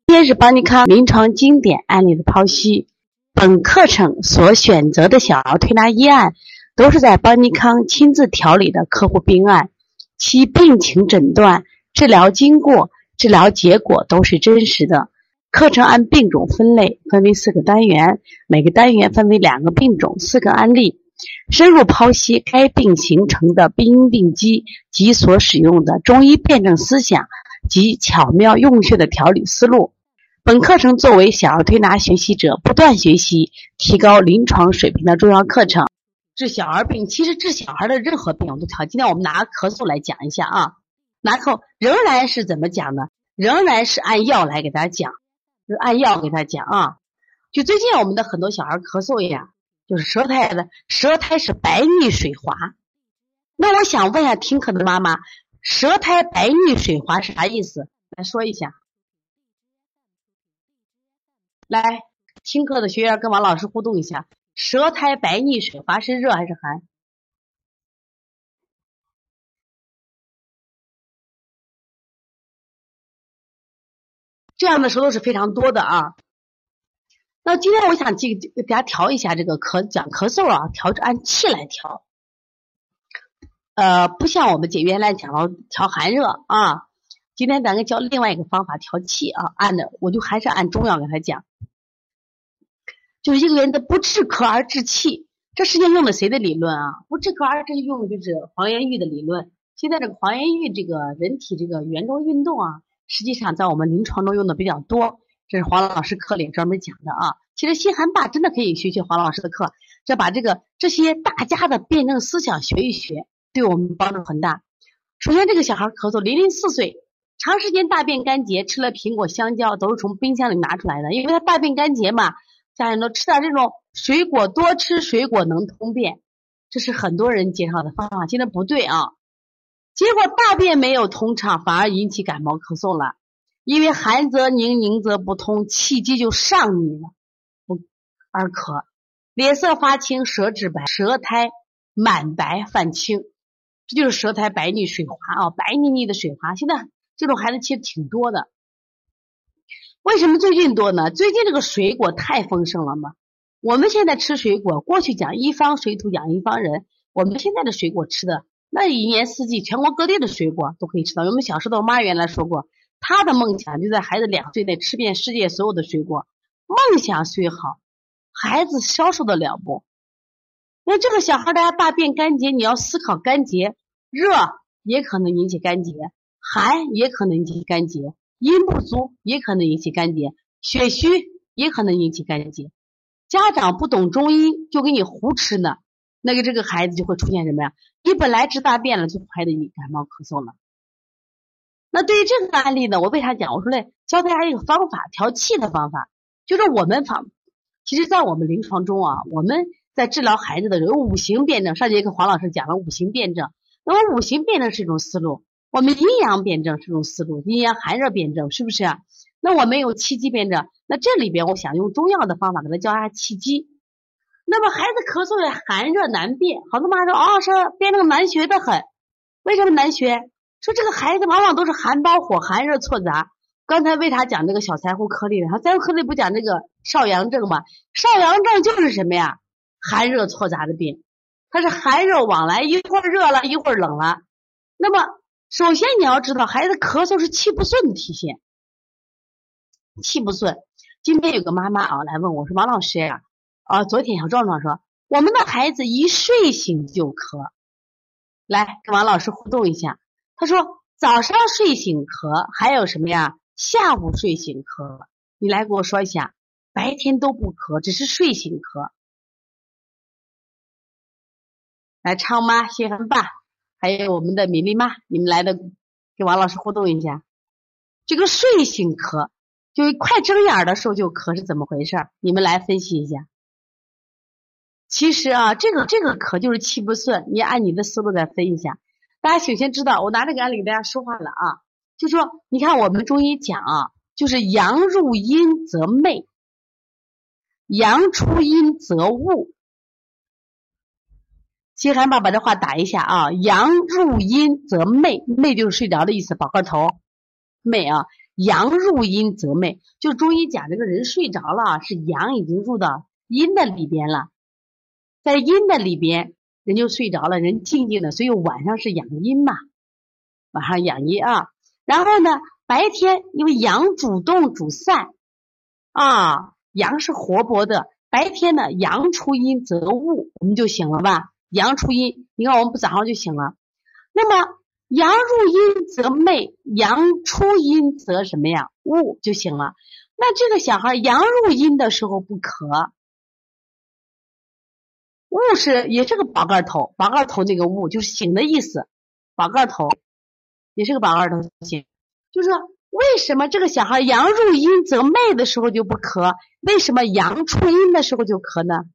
今天是邦尼康临床经典案例的剖析。本课程所选择的小儿推拿医案都是在邦尼康亲自调理的客户病案，其病情诊断、治疗经过、治疗结果都是真实的。课程按病种分类，分为4个单元，每个单元分为2个病种、4个案例，深入剖析该病形成的病因病机及所使用的中医辩证思想及巧妙用穴的调理思路。本课程作为小儿推拿学习者不断学习、提高临床水平的重要课程。治小儿病，其实治小孩的任何病我都调。今天我们拿咳嗽来讲一下啊，仍然是怎么讲呢？仍然是按药来给大家讲，就是按药给大家讲啊。就最近我们的很多小孩咳嗽呀，就是舌苔是白腻水滑。那我想问一下听课的妈妈，舌苔白腻水滑是啥意思？来说一下。来，听课的学员跟王老师互动一下，舌苔白腻水滑是热还是寒？这样的时候是非常多的啊。那今天我想给大家调一下这个讲咳嗽啊，按气来调。不像我们原来讲到调寒热啊，今天咱们教另外一个方法调气啊，我就还是按中药给他讲。就是一个人的不治咳而治气，这实际上用的谁的理论啊？不治咳而治气用的就是黄元玉的理论。现在这个黄元玉这个人体这个圆周运动啊，实际上在我们临床中用的比较多，这是黄老师课里专门讲的啊。其实心寒爸真的可以学黄老师的课，把这些大家的辩证思想学一学，对我们帮助很大。首先这个小孩咳嗽004岁，长时间大便干结，吃了苹果香蕉都是从冰箱里拿出来的，因为他大便干结嘛，家人都吃点这种水果，多吃水果能通便，这是很多人介绍的方法，现在不对啊。结果大便没有通畅，反而引起感冒咳嗽了，因为寒则凝，凝则不通，气机就上逆了，而咳，脸色发青，舌质白，舌苔满白泛青，这就是舌苔白腻水滑啊，白腻腻的水滑。现在这种孩子其实挺多的。为什么最近多呢？最近这个水果太丰盛了嘛。我们现在吃水果，过去讲一方水土养一方人，我们现在的水果吃的那一年四季全国各地的水果都可以吃到。我们小时候我妈原来说过，她的梦想就在孩子2岁内吃遍世界所有的水果。梦想虽好，孩子消受得了不？那这个小孩大便干结，你要思考干结，热也可能引起干结，寒也可能引起干结，阴不足也可能引起干结，血虚也可能引起干结。家长不懂中医就给你胡吃呢，这个孩子就会出现什么呀？你本来治大便了，就害得你感冒咳嗽了。那对于这个案例呢，我为啥讲？我说嘞，教大家一个方法，调气的方法，就是其实在我们临床中啊，我们在治疗孩子的有5行辩证，上节课黄老师讲了5行辩证，那么5行辩证是一种思路，我们阴阳辩证是一种思路，阴阳寒热辩证是不是啊？那我们有气机辩证，那这里边我想用中药的方法给他教下气机。那么孩子咳嗽的寒热难辨，好多妈说说辩证难学的很，为什么难学？说这个孩子往往都是寒包火，寒热错杂。刚才为啥讲这个小柴胡颗粒呢？柴胡颗粒不讲这个少阳症吗？少阳症就是什么呀？寒热错杂的病，它是寒热往来，一会儿热了，一会儿冷了。那么首先你要知道，孩子咳嗽是气不顺的体现。气不顺，今天有个妈妈来问我说，王老师呀，昨天小壮壮说我们的孩子一睡醒就咳，来跟王老师互动一下。他说早上睡醒咳，还有什么呀？下午睡醒咳，你来给我说一下，白天都不咳，只是睡醒咳。来，昌妈、谢涵爸，还有我们的米粒妈，你们来的跟王老师互动一下。这个睡醒咳，就快睁眼的时候就咳是怎么回事？你们来分析一下。其实啊，这个咳就是气不顺，你按你的思路再分一下。大家首先知道，我拿这个案例给大家说话了啊，就说你看我们中医讲啊，就是阳入阴则寐，阳出阴则物。谢涵爸把这话打一下啊，阳入阴则寐，寐就是睡着的意思，保个头，寐啊， 阳入阴则寐，就中医讲这个人睡着了，是阳已经入到阴的里边了，在阴的里边人就睡着了，人静静的，所以晚上是养阴嘛，晚上养阴啊。然后呢，白天因为阳主动主散啊，阳是活泼的，白天呢阳出阴则悟，我们就醒了吧，阳出阴，你看我们早上就醒了。那么阳入阴则寐，阳出阴则什么呀？悟就行了。那这个小孩阳入阴的时候不咳，悟也是个宝盖头，宝盖头那个悟就是醒的意思，宝盖头也是个宝盖头醒，就是说为什么这个小孩阳入阴则寐的时候就不咳，为什么阳出阴的时候就咳呢？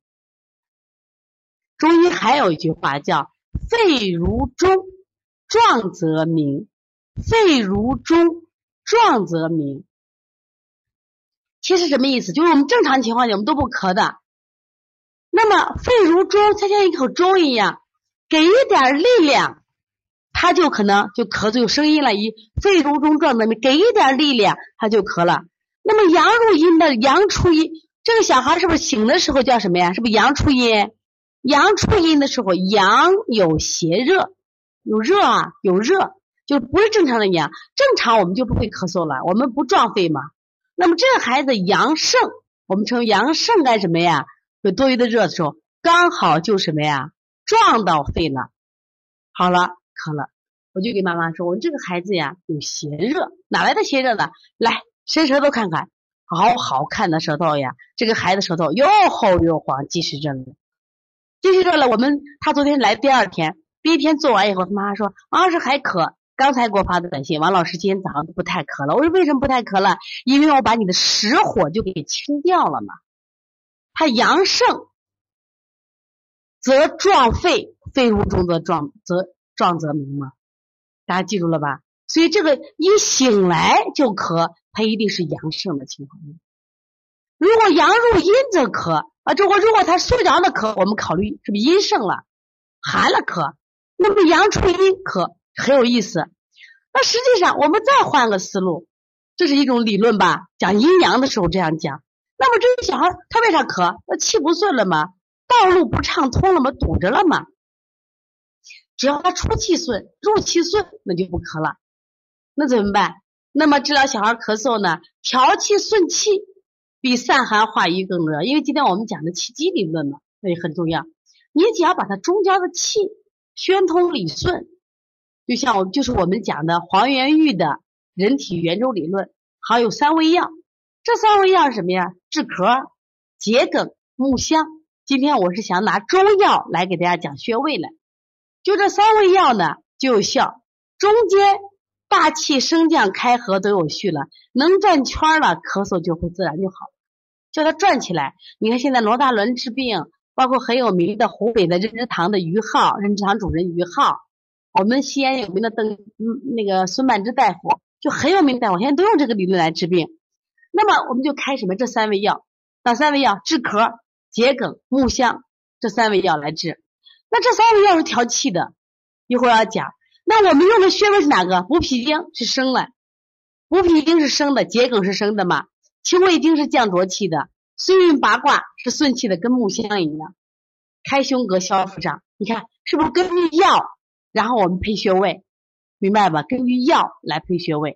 中医还有一句话叫肺如钟，壮则鸣，肺如钟，壮则鸣。其实什么意思？就是我们正常情况下我们都不咳的，那么肺如钟，它像一口钟一样，给一点力量，它就可能就咳，就有声音了。肺如钟，壮则鸣，给一点力量，它就咳了。那么阳入阴的阳出阴，这个小孩是不是醒的时候叫什么呀？是不是阳出阴？阳出阴的时候，阳有邪热，有热啊，有热，就不是正常的阳。正常我们就不会咳嗽了，我们不壮肺嘛。那么这个孩子阳盛，我们称阳盛干什么呀？有多余的热的时候，刚好就什么呀？撞到肺了。好了，咳了，我就给妈妈说，我这个孩子呀有邪热，哪来的邪热呢？来，伸舌头看看，好看的舌头呀，这个孩子舌头又厚又黄，积食热了。积食热了，他昨天来第二天，第一天做完以后，他妈妈说王老师还咳，刚才给我发的短信，王老师今天早上不太咳了。我说为什么不太咳了？因为我把你的实火就给清掉了嘛。他阳盛则壮肺，肺如钟则壮则鸣嘛，大家记住了吧？所以这个一醒来就咳，他一定是阳盛的情况。如果阳入阴则咳啊，如果他睡着了咳，我们考虑是不是阴盛了，寒了咳。那么阳出阴咳很有意思。那实际上我们再换个思路，这是一种理论吧，讲阴阳的时候这样讲。那么这个小孩他为啥咳？气不顺了吗？道路不畅通了吗？堵着了吗？只要他出气顺，入气顺，那就不咳了。那怎么办？那么治疗小孩咳嗽呢，调气顺气比散寒化瘀更重要。因为今天我们讲的气机理论嘛，那也很重要。你只要把它中间的气宣通理顺，就像就是我们讲的黄元玉的人体圆周理论，还有3味药。这3味药是什么呀？治咳、桔梗、木香。今天我是想拿中药来给大家讲穴位了。就这3味药呢就有效，中间大气升降开合都有序了，能转圈了，咳嗽就会自然就好了，叫它转起来。你看现在罗大伦治病，包括很有名的湖北的任之堂的于浩，任之堂主任于浩，我们西安有名的那个孙曼之大夫，就很有名的大夫，现在都用这个理论来治病。那么我们就开什么？这3味药，哪3味药？治咳、桔梗、木香，这3味药来治。那这3味药是调气的，一会儿要讲。那我们用的穴位是哪个？补脾经是生的，补脾经是生的，桔梗是生的嘛，清胃经是降浊气的，孙运八卦是顺气的，跟木香一样，开胸膈消腹胀。你看是不是根据药，然后我们配穴位，明白吧？根据药来配穴位。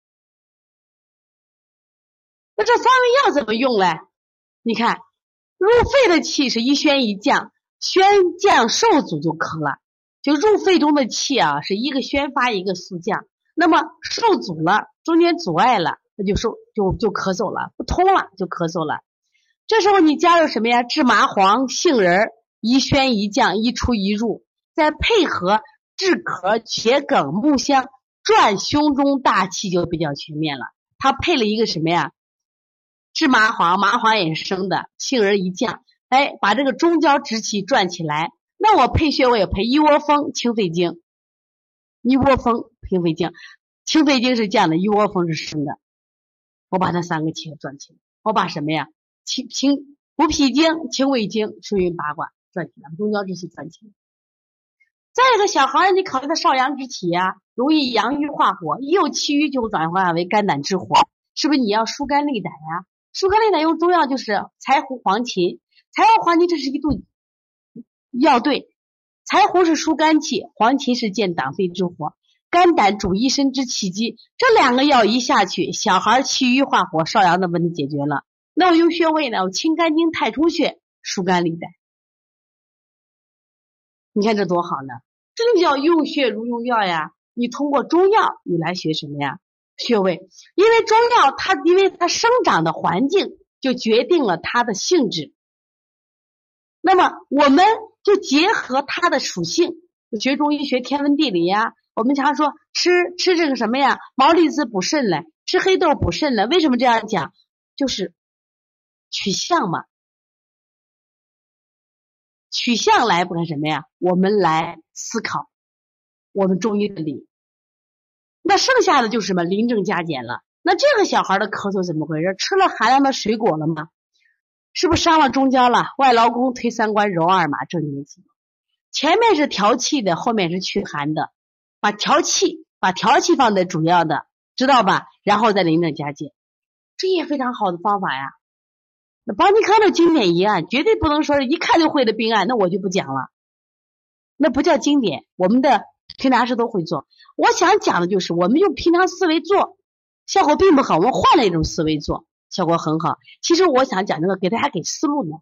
那这3味药怎么用嘞？你看入肺的气是一宣一降，宣降受阻就咳了，就入肺中的气啊是一个宣发一个速降，那么受阻了，中间阻碍了，那就咳嗽了，不通了就咳嗽了。这时候你加入什么呀？治麻黄、杏仁，一宣一降，一出一入，再配合治咳、桔梗、木香，转胸中大气就比较全面了。它配了一个什么呀？治麻黄，麻黄也是生的，杏仁一降，哎，把这个中焦之气转起来。那我配穴位配一窝蜂、清肺经，一窝蜂、平肺经，清肺经是降的，一窝蜂是生的。我把那3个气转起来，我把什么呀？补脾经、清胃经、孙运八卦转起来，中焦之气转起来。 再一个小孩你考虑他少阳之体呀，容易阳瘀化火，一有气瘀就转化为肝胆之火，是不是你要疏肝利胆呀？疏肝利胆用中药就是柴胡、黄芩，柴胡、黄芩这是一度药对，柴胡是疏肝气，黄芪是健胆肺之火，肝胆主一身之气机，这2个药一下去，小孩气郁化火、少阳的问题解决了。那我用穴位呢？我清肝经、太冲穴，疏肝利胆。你看这多好呢！这就叫用穴如用药呀。你通过中药，你来学什么呀？穴位。因为中药因为它生长的环境就决定了它的性质。那么我们就结合它的属性，学中医学天文地理呀。我们常说吃这个什么呀，毛栗子补肾了，吃黑豆补肾了。为什么这样讲？就是取象嘛，取象来不干什么呀？我们来思考我们中医的理。那剩下的就是什么？临症加减了。那这个小孩的咳嗽怎么回事？吃了寒凉的水果了吗？是不是伤了中焦了？外劳宫推3关揉2马正阴经。前面是调气的，后面是祛寒的，把调气放在主要的，知道吧？然后再临症加减，这也非常好的方法呀。那邦尼康的经典医案绝对不能说是一看就会的病案，那我就不讲了，那不叫经典，我们的推拿师都会做。我想讲的就是我们用平常思维做，效果并不好，我们换了一种思维做，效果很好。其实我想讲这个给大家给思路呢，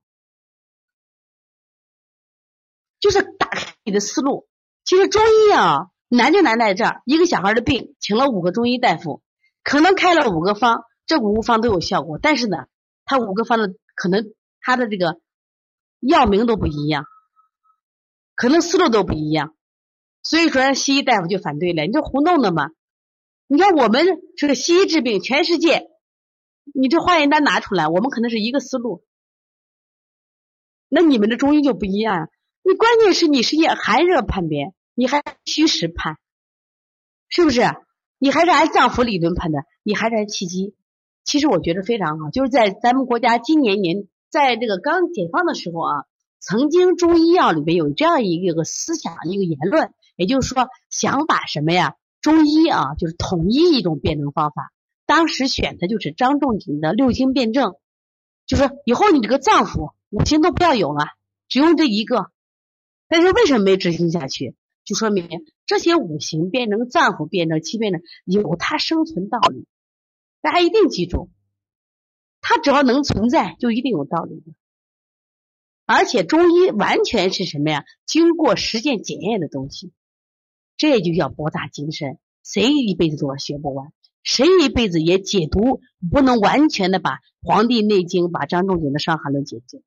就是打开你的思路。其实中医啊难就难在这儿，一个小孩的病请了5个中医大夫，可能开了5个方，这5个方都有效果，但是呢他5个方的可能他的这个药名都不一样，可能思路都不一样，所以说西医大夫就反对了，你这胡弄的嘛。你看我们这个西医治病，全世界你这化验单拿出来，我们可能是一个思路，那你们的中医就不一样。你关键是你是以寒热判别，你还虚实判，是不是？你还是按脏腑理论判的，你还是按气机。其实我觉得非常好，就是在咱们国家今年在这个刚解放的时候啊，曾经中医药里面有这样一个思想，一个言论，也就是说想把什么呀，中医啊就是统一一种辩证方法。当时选的就是张仲景的6经辩证，就说以后你这个脏腑5行都不要有了，只用这一个。但是为什么没执行下去？就说明这些5行辩证、脏腑辩证、气辩证有它生存道理。大家一定记住，它只要能存在就一定有道理的。而且中医完全是什么呀？经过实践检验的东西，这就叫博大精深，谁一辈子都要学不完，谁一辈子也解读不能完全的把《黄帝内经》把张仲景的伤寒论解读。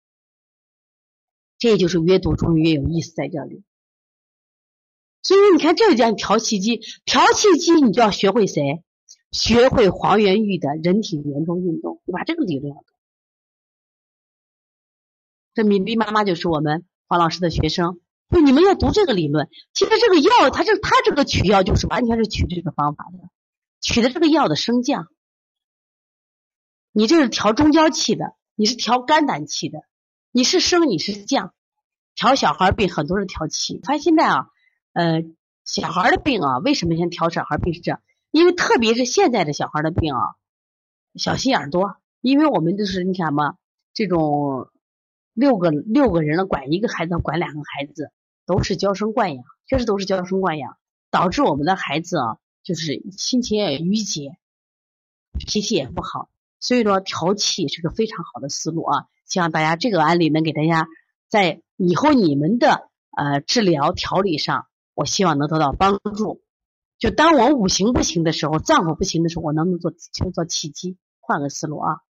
这就是越读中医越有意思在这里。所以你看这个叫调气机，调气机你就要学会谁？学会黄元玉的人体圆周运动，你把这个理论要读。这米粒妈妈就是我们黄老师的学生，所以你们要读这个理论。其实这个药它这个取药就是完全是取这个方法的，取的这个药的升降。你这是调中焦气的，你是调肝胆气的，你是升你是降。调小孩病很多是调气，发现现在啊小孩的病啊，为什么先调小孩病是这样？因为特别是现在的小孩的病啊，小心眼多，因为我们就是你看嘛，这种六个人了管1个孩子管2个孩子，都是娇生惯养，确实都是娇生惯养，导致我们的孩子啊就是心情也郁结，脾气也不好。所以说调气是个非常好的思路啊，希望大家这个案例能给大家在以后你们的治疗调理上，我希望能得到帮助。就当我5行不行的时候，脏腑不行的时候，我能做气机，换个思路啊。